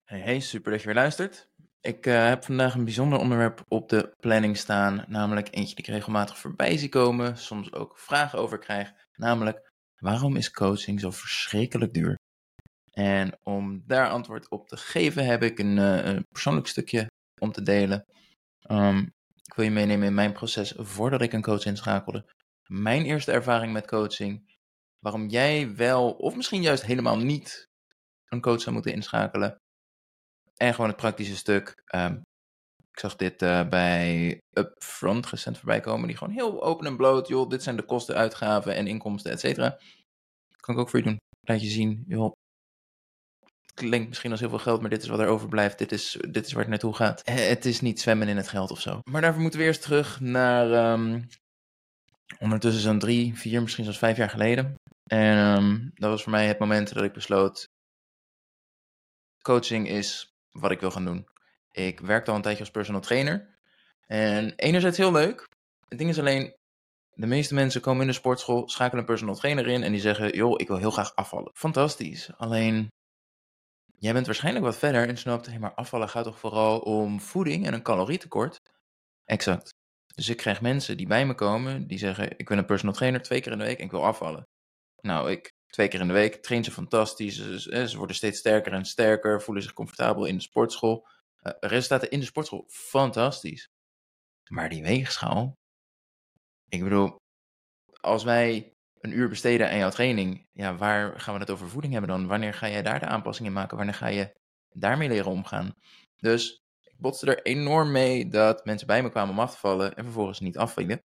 Hey, super dat je weer luistert. Ik heb vandaag een bijzonder onderwerp op de planning staan, namelijk eentje die ik regelmatig voorbij zie komen, soms ook vragen over krijg, namelijk waarom is coaching zo verschrikkelijk duur? En om daar antwoord op te geven heb ik een persoonlijk stukje om te delen. Ik wil je meenemen in mijn proces voordat ik een coach inschakelde. Mijn eerste ervaring met coaching, waarom jij wel of misschien juist helemaal niet een coach zou moeten inschakelen. En gewoon het praktische stuk. Ik zag dit bij Upfront recent voorbij komen. Die gewoon heel open en bloot. Joh, dit zijn de kosten, uitgaven en inkomsten, et cetera. Kan ik ook voor je doen. Laat je zien. Joh, het klinkt misschien als heel veel geld, maar dit is wat er overblijft. Dit is waar het naartoe gaat. Het is niet zwemmen in het geld of zo. Maar daarvoor moeten we eerst terug naar ondertussen zo'n 3, 4, misschien zelfs 5 jaar geleden. En dat was voor mij het moment dat ik besloot, coaching is wat ik wil gaan doen. Ik werkte al een tijdje als personal trainer. En enerzijds heel leuk. Het ding is alleen, de meeste mensen komen in de sportschool, schakelen een personal trainer in en die zeggen, joh, ik wil heel graag afvallen. Fantastisch. Alleen, jij bent waarschijnlijk wat verder en snapt, hey, maar afvallen gaat toch vooral om voeding en een calorietekort? Exact. Dus ik krijg mensen die bij me komen, die zeggen, ik ben een personal trainer 2 keer in de week en ik wil afvallen. Nou, ik 2 keer in de week train ze fantastisch. Ze worden steeds sterker en sterker, voelen zich comfortabel in de sportschool. Resultaten in de sportschool, fantastisch. Maar die weegschaal, ik bedoel, als wij een uur besteden aan jouw training, ja, waar gaan we het over voeding hebben dan? Wanneer ga jij daar de aanpassing in maken? Wanneer ga je daarmee leren omgaan? Dus ik botste er enorm mee dat mensen bij me kwamen om af te vallen en vervolgens niet afvielen.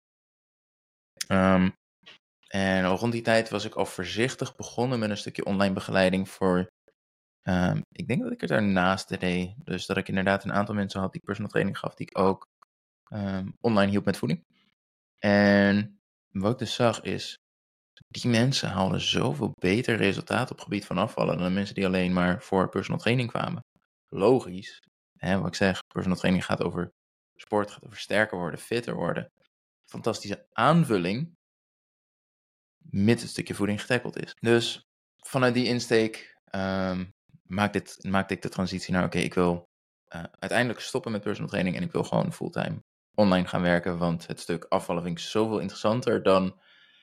En al rond die tijd was ik al voorzichtig begonnen met een stukje online begeleiding voor, ik denk dat ik het daarnaast deed. Dus dat ik inderdaad een aantal mensen had die personal training gaf, die ik ook online hielp met voeding. En wat ik dus zag is, die mensen haalden zoveel beter resultaat op het gebied van afvallen dan de mensen die alleen maar voor personal training kwamen. Logisch. Wat ik zeg, personal training gaat over sport, gaat over sterker worden, fitter worden. Fantastische aanvulling, mits het stukje voeding getackeld is. Dus vanuit die insteek maakte ik de transitie naar, oké, ik wil uiteindelijk stoppen met personal training en ik wil gewoon fulltime online gaan werken, want het stuk afvallen vind ik zoveel interessanter dan,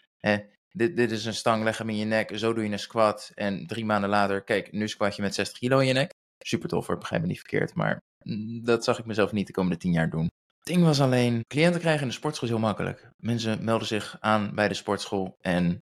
dit is een stang, leg hem in je nek, zo doe je een squat en 3 maanden later, kijk, nu squat je met 60 kilo in je nek. Super tof hoor, begrijp me niet verkeerd, maar dat zag ik mezelf niet de komende 10 jaar doen. Het ding was alleen, cliënten krijgen in de sportschool is heel makkelijk. Mensen melden zich aan bij de sportschool en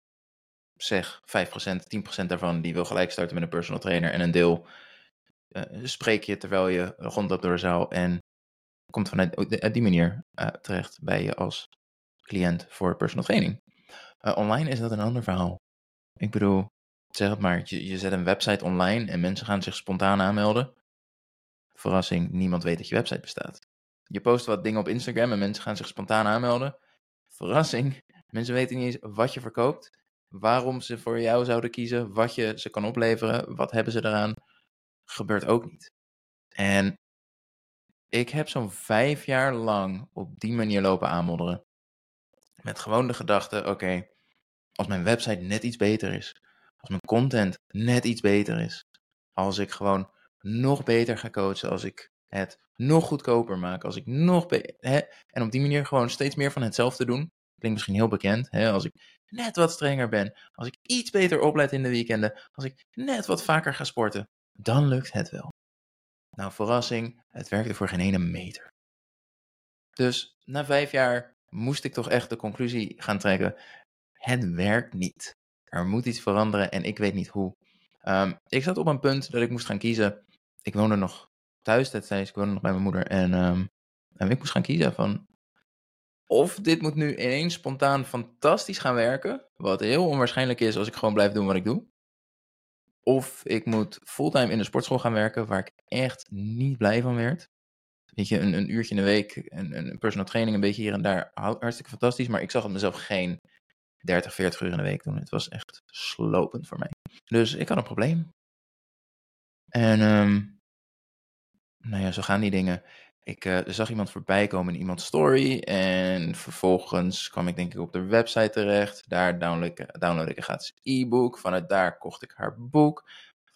zeg 5%, 10% daarvan die wil gelijk starten met een personal trainer en een deel spreek je terwijl je rondloopt door de zaal en komt vanuit die manier terecht bij je als cliënt voor personal training. Online is dat een ander verhaal. Ik bedoel, zeg het maar, je zet een website online en mensen gaan zich spontaan aanmelden. Verrassing, niemand weet dat je website bestaat. Je post wat dingen op Instagram en mensen gaan zich spontaan aanmelden. Verrassing, mensen weten niet eens wat je verkoopt, waarom ze voor jou zouden kiezen, wat je ze kan opleveren, wat hebben ze eraan. Gebeurt ook niet. En ik heb zo'n 5 jaar lang op die manier lopen aanmodderen. Met gewoon de gedachte, oké, als mijn website net iets beter is, als mijn content net iets beter is, als ik gewoon nog beter ga coachen, als ik het nog goedkoper maak, als ik nog en op die manier gewoon steeds meer van hetzelfde doen. Klinkt misschien heel bekend, als ik net wat strenger ben, als ik iets beter oplet in de weekenden, als ik net wat vaker ga sporten, dan lukt het wel. Nou, verrassing, het werkte voor geen ene meter. Dus na 5 jaar moest ik toch echt de conclusie gaan trekken, het werkt niet. Er moet iets veranderen en ik weet niet hoe. Ik zat op een punt dat ik moest gaan kiezen. Ik woonde nog thuis destijds, ik woonde nog bij mijn moeder. En ik moest gaan kiezen van, of dit moet nu ineens spontaan fantastisch gaan werken, wat heel onwaarschijnlijk is als ik gewoon blijf doen wat ik doe. Of ik moet fulltime in de sportschool gaan werken, waar ik echt niet blij van werd. Weet je, een uurtje in de week, een personal training, een beetje hier en daar, hartstikke fantastisch. Maar ik zag het mezelf geen 30, 40 uur in de week doen. Het was echt slopend voor mij. Dus ik had een probleem. En nou ja, zo gaan die dingen. Ik zag iemand voorbij komen in iemands story. En vervolgens kwam ik denk ik op de website terecht. Daar download ik een gratis e-book. Vanuit daar kocht ik haar boek.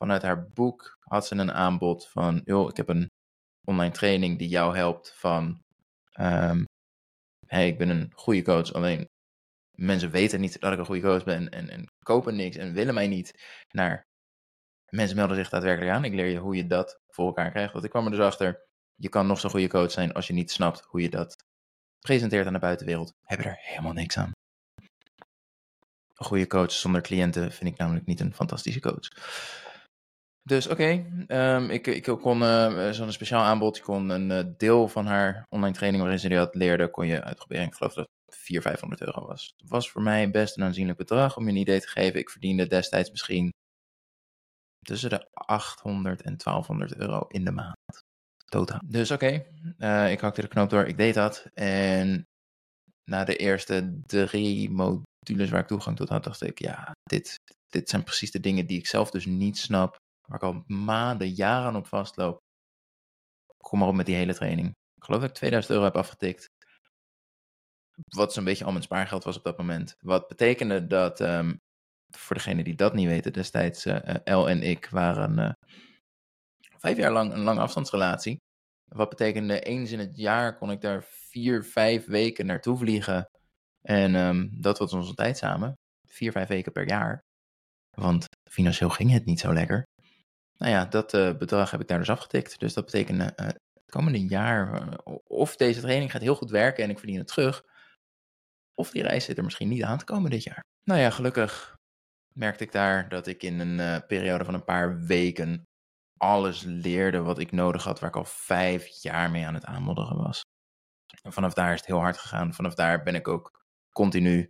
vanuit haar boek had ze een aanbod van, joh, ik heb een online training die jou helpt van, hey, ik ben een goede coach, alleen mensen weten niet dat ik een goede coach ben en kopen niks en willen mij niet. Naar mensen melden zich daadwerkelijk aan. Ik leer je hoe je dat voor elkaar krijgt. Want ik kwam er dus achter, je kan nog zo'n goede coach zijn als je niet snapt hoe je dat presenteert aan de buitenwereld. Heb je er helemaal niks aan. Een goede coach zonder cliënten vind ik namelijk niet een fantastische coach. Dus oké, ik kon zo'n speciaal aanbod. Je kon een deel van haar online training waarin ze dat leerde, kon je uitproberen. Ik geloof dat het 400, 500 euro was. Het was voor mij best een aanzienlijk bedrag om je een idee te geven. Ik verdiende destijds misschien tussen de 800 en 1200 euro in de maand. Totaal. Dus oké, ik hakte de knoop door, ik deed dat. En na de eerste 3 modules waar ik toegang tot had, dacht ik, ja, dit zijn precies de dingen die ik zelf dus niet snap. Waar ik al maanden, jaren op vastloop. Kom maar op met die hele training. Ik geloof dat ik 2000 euro heb afgetikt. Wat zo'n beetje al mijn spaargeld was op dat moment. Wat betekende dat, voor degenen die dat niet weten, destijds El en ik waren 5 jaar lang een lange afstandsrelatie. Wat betekende, eens in het jaar kon ik daar 4, 5 weken naartoe vliegen. En dat was onze tijd samen. 4, 5 weken per jaar. Want financieel ging het niet zo lekker. Nou ja, dat bedrag heb ik daar dus afgetikt. Dus dat betekende het komende jaar, of deze training gaat heel goed werken en ik verdien het terug. Of die reis zit er misschien niet aan te komen dit jaar. Nou ja, gelukkig merkte ik daar dat ik in een periode van een paar weken alles leerde wat ik nodig had, waar ik al 5 jaar mee aan het aanmodderen was. En vanaf daar is het heel hard gegaan. Vanaf daar ben ik ook continu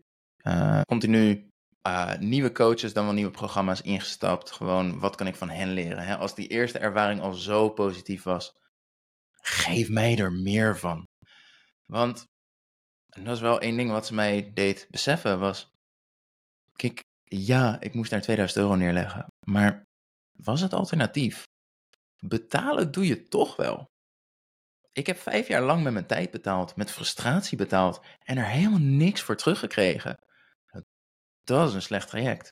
nieuwe coaches, dan wel nieuwe programma's ingestapt. Gewoon, wat kan ik van hen leren? Hè? Als die eerste ervaring al zo positief was, geef mij er meer van. Want, en dat is wel één ding wat ze mij deed beseffen, was, kijk, ja, ik moest daar 2000 euro neerleggen. Maar was het alternatief? Betalen doe je toch wel. Ik heb 5 jaar lang met mijn tijd betaald, met frustratie betaald en er helemaal niks voor teruggekregen. Dat is een slecht traject.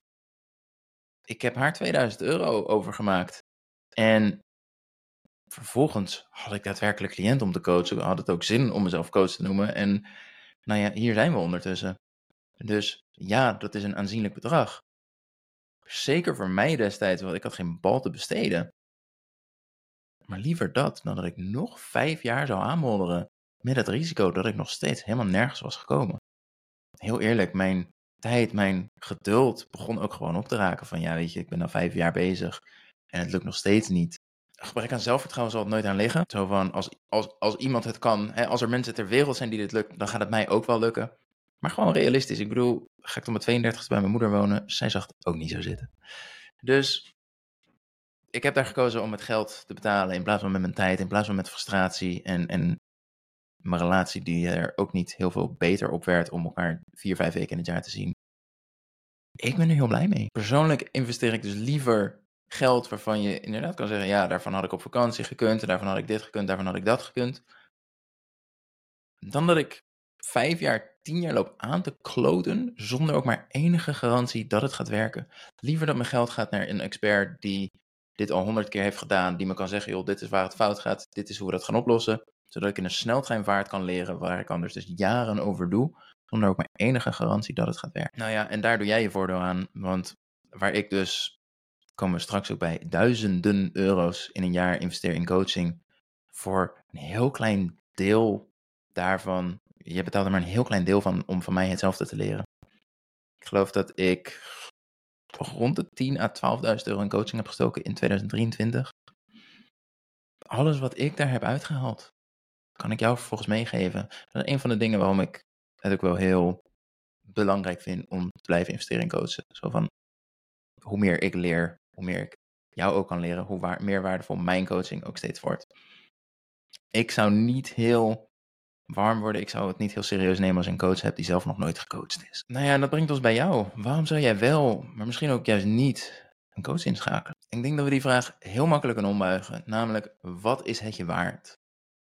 Ik heb haar 2000 euro overgemaakt en vervolgens had ik daadwerkelijk cliënt om te coachen. Had het ook zin om mezelf coach te noemen en nou ja, hier zijn we ondertussen. Dus ja, dat is een aanzienlijk bedrag. Zeker voor mij destijds, want ik had geen bal te besteden. Maar liever dat dan dat ik nog 5 jaar zou aanmodderen met het risico dat ik nog steeds helemaal nergens was gekomen. Heel eerlijk, mijn tijd, mijn geduld begon ook gewoon op te raken. Van ja, weet je, ik ben al 5 jaar bezig en het lukt nog steeds niet. Gebrek aan zelfvertrouwen zal het nooit aan liggen. Zo van, als iemand het kan, hè, als er mensen ter wereld zijn die dit lukt, dan gaat het mij ook wel lukken. Maar gewoon realistisch. Ik bedoel, ga ik tot mijn 32e bij mijn moeder wonen, zij zag het ook niet zo zitten. Dus ik heb daar gekozen om het geld te betalen in plaats van met mijn tijd, in plaats van met frustratie en mijn relatie die er ook niet heel veel beter op werd om elkaar 4, 5 weken in het jaar te zien. Ik ben er heel blij mee. Persoonlijk investeer ik dus liever geld waarvan je inderdaad kan zeggen, ja, daarvan had ik op vakantie gekund, daarvan had ik dit gekund, daarvan had ik dat gekund. Dan dat ik 5 jaar, 10 jaar loop aan te kloten zonder ook maar enige garantie dat het gaat werken. Liever dat mijn geld gaat naar een expert die dit al 100 keer heeft gedaan, die me kan zeggen, joh, dit is waar het fout gaat, dit is hoe we dat gaan oplossen, zodat ik in een sneltreinvaart kan leren, waar ik anders dus jaren over doe, zonder ook maar enige garantie dat het gaat werken. Nou ja, en daar doe jij je voordeel aan, want waar ik dus, komen we straks ook bij, duizenden euro's in een jaar investeer in coaching, voor een heel klein deel daarvan, je betaalt er maar een heel klein deel van om van mij hetzelfde te leren. Ik geloof dat ik rond de 10.000 à 12.000 euro in coaching heb gestoken in 2023. Alles wat ik daar heb uitgehaald, kan ik jou vervolgens meegeven. Dat is een van de dingen waarom ik het ook wel heel belangrijk vind om te blijven investeren in coachen. Zo van, hoe meer ik leer, hoe meer ik jou ook kan leren, hoe meer waardevol mijn coaching ook steeds wordt. Ik zou niet heel warm worden, ik zou het niet heel serieus nemen als je een coach hebt die zelf nog nooit gecoacht is. Nou ja, dat brengt ons bij jou. Waarom zou jij wel, maar misschien ook juist niet, een coach inschakelen? Ik denk dat we die vraag heel makkelijk kunnen ombuigen. Namelijk, wat is het je waard?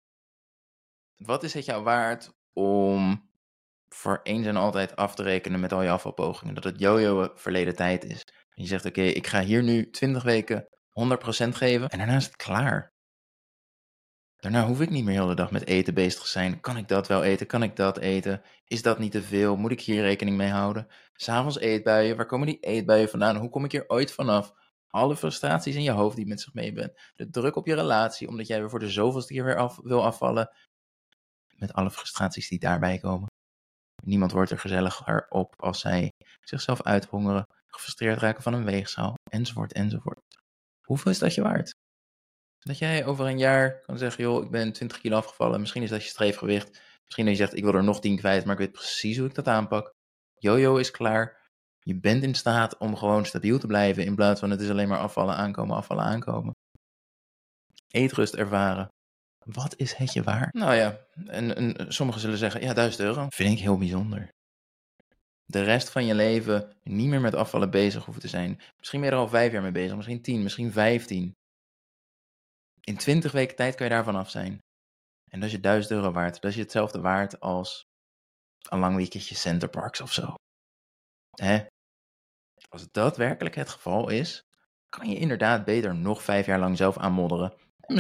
Wat is het jou waard om voor eens en altijd af te rekenen met al je afvalpogingen? Dat het jojo verleden tijd is. En je zegt, oké, ik ga hier nu 20 weken 100% geven en daarna is het klaar. Daarna hoef ik niet meer heel de dag met eten bezig te zijn. Kan ik dat wel eten? Kan ik dat eten? Is dat niet te veel? Moet ik hier rekening mee houden? 'S Avonds eetbuien. Waar komen die eetbuien vandaan? Hoe kom ik hier ooit vanaf? Alle frustraties in je hoofd die met zich mee bent. De druk op je relatie, omdat jij weer voor de zoveelste keer weer wil afvallen. Met alle frustraties die daarbij komen. Niemand wordt er gezelliger op als zij zichzelf uithongeren, gefrustreerd raken van een weegschaal, enzovoort, enzovoort. Hoeveel is dat je waard? Dat jij over een jaar kan zeggen, joh, ik ben 20 kilo afgevallen. Misschien is dat je streefgewicht. Misschien dat je zegt, ik wil er nog 10 kwijt, maar ik weet precies hoe ik dat aanpak. Jojo is klaar. Je bent in staat om gewoon stabiel te blijven in plaats van het is alleen maar afvallen, aankomen, afvallen, aankomen. Eetrust ervaren. Wat is het je waard? Nou ja, en sommigen zullen zeggen, ja, €1000. Vind ik heel bijzonder. De rest van je leven niet meer met afvallen bezig hoeven te zijn. Misschien ben je er al 5 jaar mee bezig, misschien 10, misschien 15. In 20 weken tijd kan je daarvan af zijn. En dat is je €1000 waard. Dat is je hetzelfde waard als een lang weekendje Centerparks of zo. Hè? Als dat werkelijk het geval is, kan je inderdaad beter nog 5 jaar lang zelf aanmodderen. En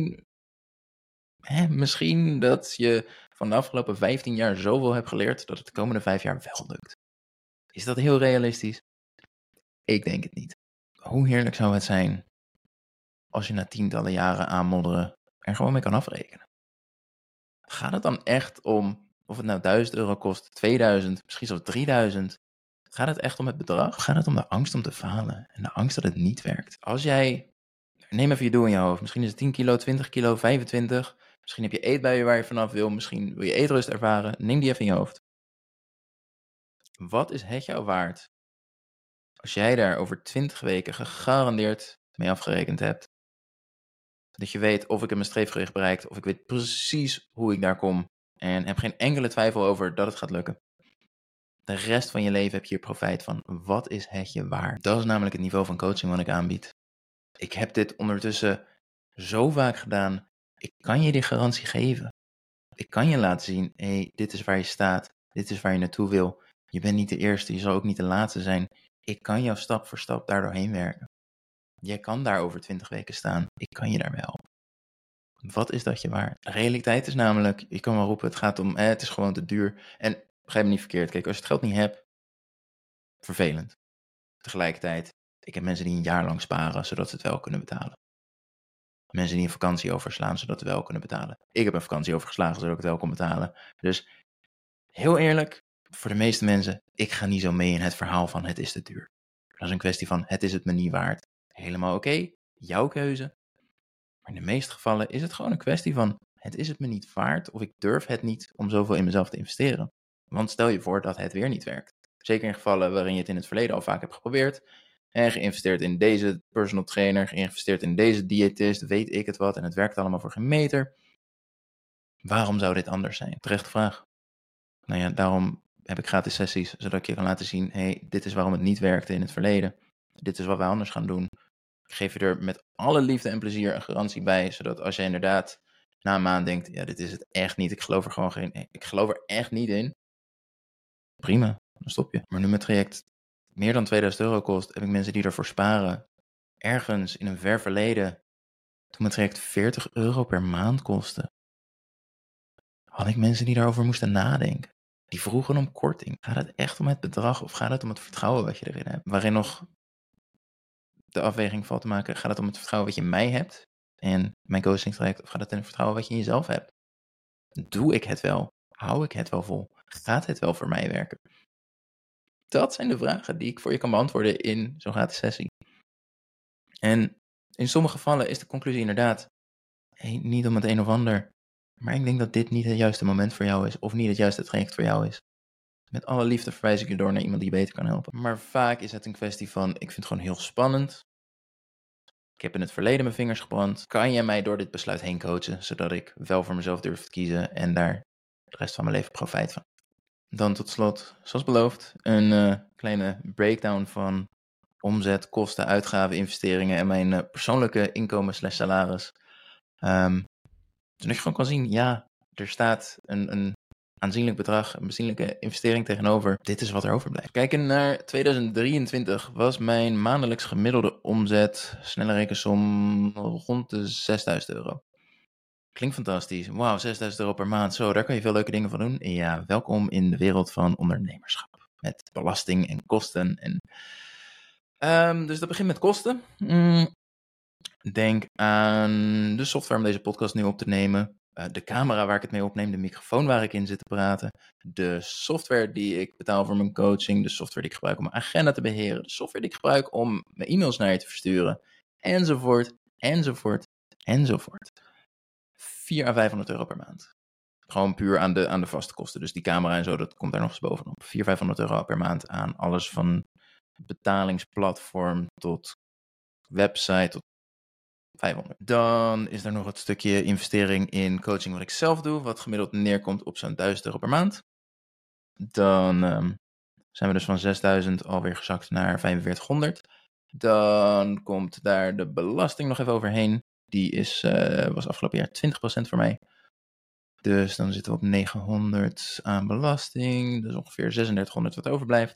misschien dat je van de afgelopen 15 jaar zoveel hebt geleerd dat het de komende 5 jaar wel lukt. Is dat heel realistisch? Ik denk het niet. Hoe heerlijk zou het zijn als je na tientallen jaren aanmodderen er gewoon mee kan afrekenen? Gaat het dan echt om of het nou €1000 kost, 2000, misschien zelfs 3000? Gaat het echt om het bedrag? Of gaat het om de angst om te falen en de angst dat het niet werkt? Neem even je doel in je hoofd. Misschien is het 10 kilo, 20 kilo, 25. Misschien heb je eetbuien waar je vanaf wil. Misschien wil je eetrust ervaren. Neem die even in je hoofd. Wat is het jou waard als jij daar over 20 weken gegarandeerd mee afgerekend hebt? Dat je weet of ik mijn streefgewicht bereikt, of ik weet precies hoe ik daar kom. En heb geen enkele twijfel over dat het gaat lukken. De rest van je leven heb je hier profijt van. Wat is het je waard? Dat is namelijk het niveau van coaching wat ik aanbied. Ik heb dit ondertussen zo vaak gedaan. Ik kan je die garantie geven. Ik kan je laten zien, dit is waar je staat. Dit is waar je naartoe wil. Je bent niet de eerste, je zal ook niet de laatste zijn. Ik kan jou stap voor stap daar doorheen werken. Jij kan daar over 20 weken staan. Ik kan je daarbij helpen. Wat is dat je waard? De realiteit is namelijk, je kan wel roepen, het gaat om, het is gewoon te duur. En begrijp me niet verkeerd, kijk, als je het geld niet hebt, vervelend. Tegelijkertijd, ik heb mensen die een jaar lang sparen, zodat ze het wel kunnen betalen. Mensen die een vakantie overslaan, zodat ze het wel kunnen betalen. Ik heb een vakantie overgeslagen, zodat ik het wel kon betalen. Dus, heel eerlijk, voor de meeste mensen, ik ga niet zo mee in het verhaal van het is te duur. Dat is een kwestie van, het is het me niet waard. Helemaal oké, jouw keuze. Maar in de meeste gevallen is het gewoon een kwestie van, het is het me niet waard of ik durf het niet om zoveel in mezelf te investeren. Want stel je voor dat het weer niet werkt. Zeker in gevallen waarin je het in het verleden al vaak hebt geprobeerd. En geïnvesteerd in deze personal trainer, geïnvesteerd in deze diëtist, weet ik het wat. En het werkt allemaal voor geen meter. Waarom zou dit anders zijn? Terechte vraag. Nou ja, daarom heb ik gratis sessies, zodat ik je kan laten zien, dit is waarom het niet werkte in het verleden. Dit is wat wij anders gaan doen. Ik geef je er met alle liefde en plezier een garantie bij, zodat als je inderdaad na een maand denkt, ja, dit is het echt niet, ik geloof er echt niet in. Prima, dan stop je. Maar nu mijn traject meer dan €2000 kost, heb ik mensen die ervoor sparen. Ergens in een ver verleden, toen mijn traject €40 per maand kostte, had ik mensen die daarover moesten nadenken. Die vroegen om korting. Gaat het echt om het bedrag of gaat het om het vertrouwen wat je erin hebt? Waarin nog de afweging valt te maken, gaat het om het vertrouwen wat je in mij hebt en mijn coachingstraject, of gaat het om het vertrouwen wat je in jezelf hebt? Doe ik het wel? Hou ik het wel vol? Gaat het wel voor mij werken? Dat zijn de vragen die ik voor je kan beantwoorden in zo'n gratis sessie. En in sommige gevallen is de conclusie inderdaad, niet om het een of ander, maar ik denk dat dit niet het juiste moment voor jou is, of niet het juiste traject voor jou is. Met alle liefde verwijs ik je door naar iemand die je beter kan helpen. Maar vaak is het een kwestie van, ik vind het gewoon heel spannend. Ik heb in het verleden mijn vingers gebrand. Kan jij mij door dit besluit heen coachen, zodat ik wel voor mezelf durf te kiezen en daar de rest van mijn leven profijt van? Dan tot slot, zoals beloofd, een kleine breakdown van omzet, kosten, uitgaven, investeringen en mijn persoonlijke inkomen/salaris. Zodat je gewoon kan zien, ja, er staat een aanzienlijk bedrag, een aanzienlijke investering tegenover. Dit is wat er overblijft. Kijken naar 2023 was mijn maandelijks gemiddelde omzet, snelle rekensom, rond de €6.000. Klinkt fantastisch. Wauw, €6.000 per maand. Zo, daar kan je veel leuke dingen van doen. Ja, welkom in de wereld van ondernemerschap. Met belasting en kosten. Dus dat begint met kosten. Denk aan de software om deze podcast nu op te nemen. De camera waar ik het mee opneem. De microfoon waar ik in zit te praten. De software die ik betaal voor mijn coaching. De software die ik gebruik om mijn agenda te beheren. De software die ik gebruik om mijn e-mails naar je te versturen. Enzovoort, enzovoort, enzovoort. €400 à €500 per maand. Gewoon puur aan de vaste kosten. Dus die camera en zo, dat komt daar nog eens bovenop. €400 à €500 per maand aan alles van betalingsplatform tot website tot 500. Dan is er nog het stukje investering in coaching wat ik zelf doe, wat gemiddeld neerkomt op zo'n €1.000 per maand. Dan zijn we dus van 6.000 alweer gezakt naar 4500. Dan komt daar de belasting nog even overheen. Die was afgelopen jaar 20% voor mij. Dus dan zitten we op 900 aan belasting. Dus ongeveer 3600 wat overblijft.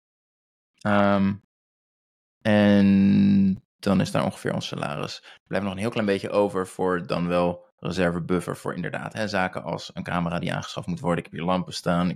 En dan is daar ongeveer ons salaris. Er blijft nog een heel klein beetje over voor dan wel reservebuffer voor inderdaad. Zaken als een camera die aangeschaft moet worden. Ik heb hier lampen staan.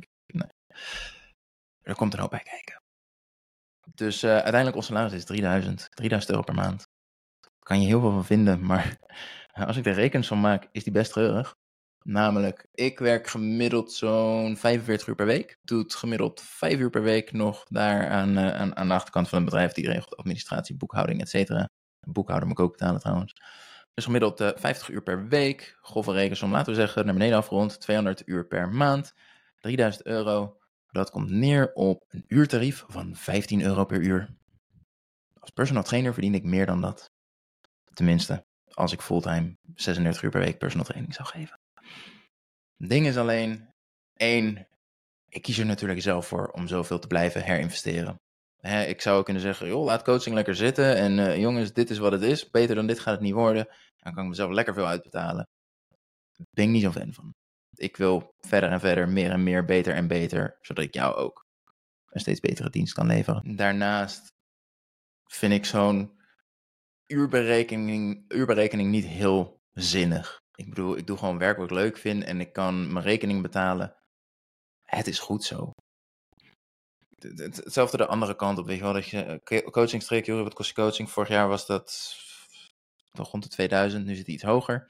Er komt een hoop bij kijken. Dus uiteindelijk ons salaris is €3.000 per maand. Daar kan je heel veel van vinden. Maar als ik de rekensom maak, is die best treurig. Namelijk, ik werk gemiddeld zo'n 45 uur per week. Doe gemiddeld 5 uur per week nog daar aan de achterkant van het bedrijf. Die regelt administratie, boekhouding, et cetera. Boekhouder moet ik ook betalen trouwens. Dus gemiddeld 50 uur per week. Grove rekensom, laten we zeggen, naar beneden afgerond. 200 uur per maand. €3.000. Dat komt neer op een uurtarief van €15 per uur. Als personal trainer verdien ik meer dan dat. Tenminste, als ik fulltime 36 uur per week personal training zou geven. Het ding is alleen, 1, ik kies er natuurlijk zelf voor om zoveel te blijven herinvesteren. Ik zou ook kunnen zeggen, joh, laat coaching lekker zitten en jongens, dit is wat het is. Beter dan dit gaat het niet worden. Dan kan ik mezelf lekker veel uitbetalen. Daar ben ik niet zo fan van. Ik wil verder en verder, meer en meer, beter en beter, zodat ik jou ook een steeds betere dienst kan leveren. Daarnaast vind ik zo'n uurberekening niet heel zinnig. Ik bedoel, ik doe gewoon werk wat ik leuk vind en ik kan mijn rekening betalen. Het is goed zo. Hetzelfde de andere kant op, weet je wel, dat je coaching streek, joh, wat kost je coaching? Vorig jaar was dat rond de 2000, nu zit hij iets hoger.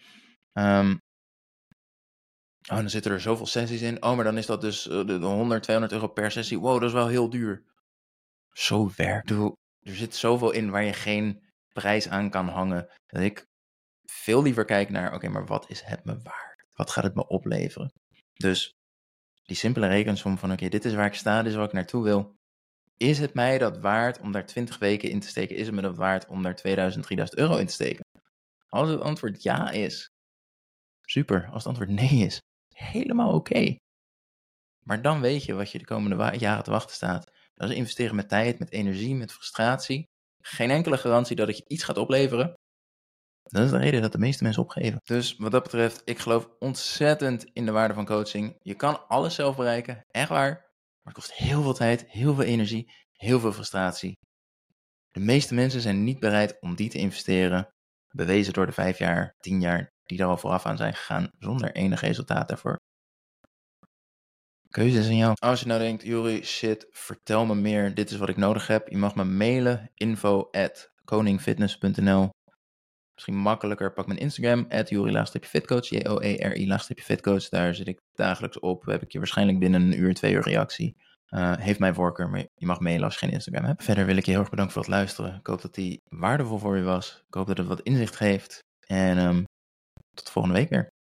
Dan zitten er zoveel sessies in. Maar dan is dat dus de €100, €200 per sessie. Wow, dat is wel heel duur. Zo werkt. Er zit zoveel in waar je geen prijs aan kan hangen. Dat ik veel liever kijk naar, oké, maar wat is het me waard? Wat gaat het me opleveren? Dus die simpele rekensom van, oké, dit is waar ik sta, dit is waar ik naartoe wil. Is het mij dat waard om daar 20 weken in te steken? Is het me dat waard om daar €2000, €3000 in te steken? Als het antwoord ja is, super. Als het antwoord nee is, helemaal oké. Maar dan weet je wat je de komende jaren te wachten staat. Dat is investeren met tijd, met energie, met frustratie. Geen enkele garantie dat het je iets gaat opleveren. Dat is de reden dat de meeste mensen opgeven. Dus wat dat betreft, ik geloof ontzettend in de waarde van coaching. Je kan alles zelf bereiken, echt waar. Maar het kost heel veel tijd, heel veel energie, heel veel frustratie. De meeste mensen zijn niet bereid om die te investeren. Bewezen door de 5 jaar, 10 jaar die er al vooraf aan zijn gegaan, zonder enig resultaat daarvoor. Keuze is aan jou. Als je nou denkt, Juri, shit, vertel me meer. Dit is wat ik nodig heb. Je mag me mailen, info@koningfitness.nl. Misschien makkelijker, pak mijn Instagram, @juri_fitcoach, JOERI_fitcoach. Daar zit ik dagelijks op. Heb ik je waarschijnlijk binnen een uur, 2 uur reactie. Heeft mijn voorkeur, maar je mag mailen als je geen Instagram hebt. Verder wil ik je heel erg bedanken voor het luisteren. Ik hoop dat die waardevol voor je was. Ik hoop dat het wat inzicht geeft. En tot volgende week weer.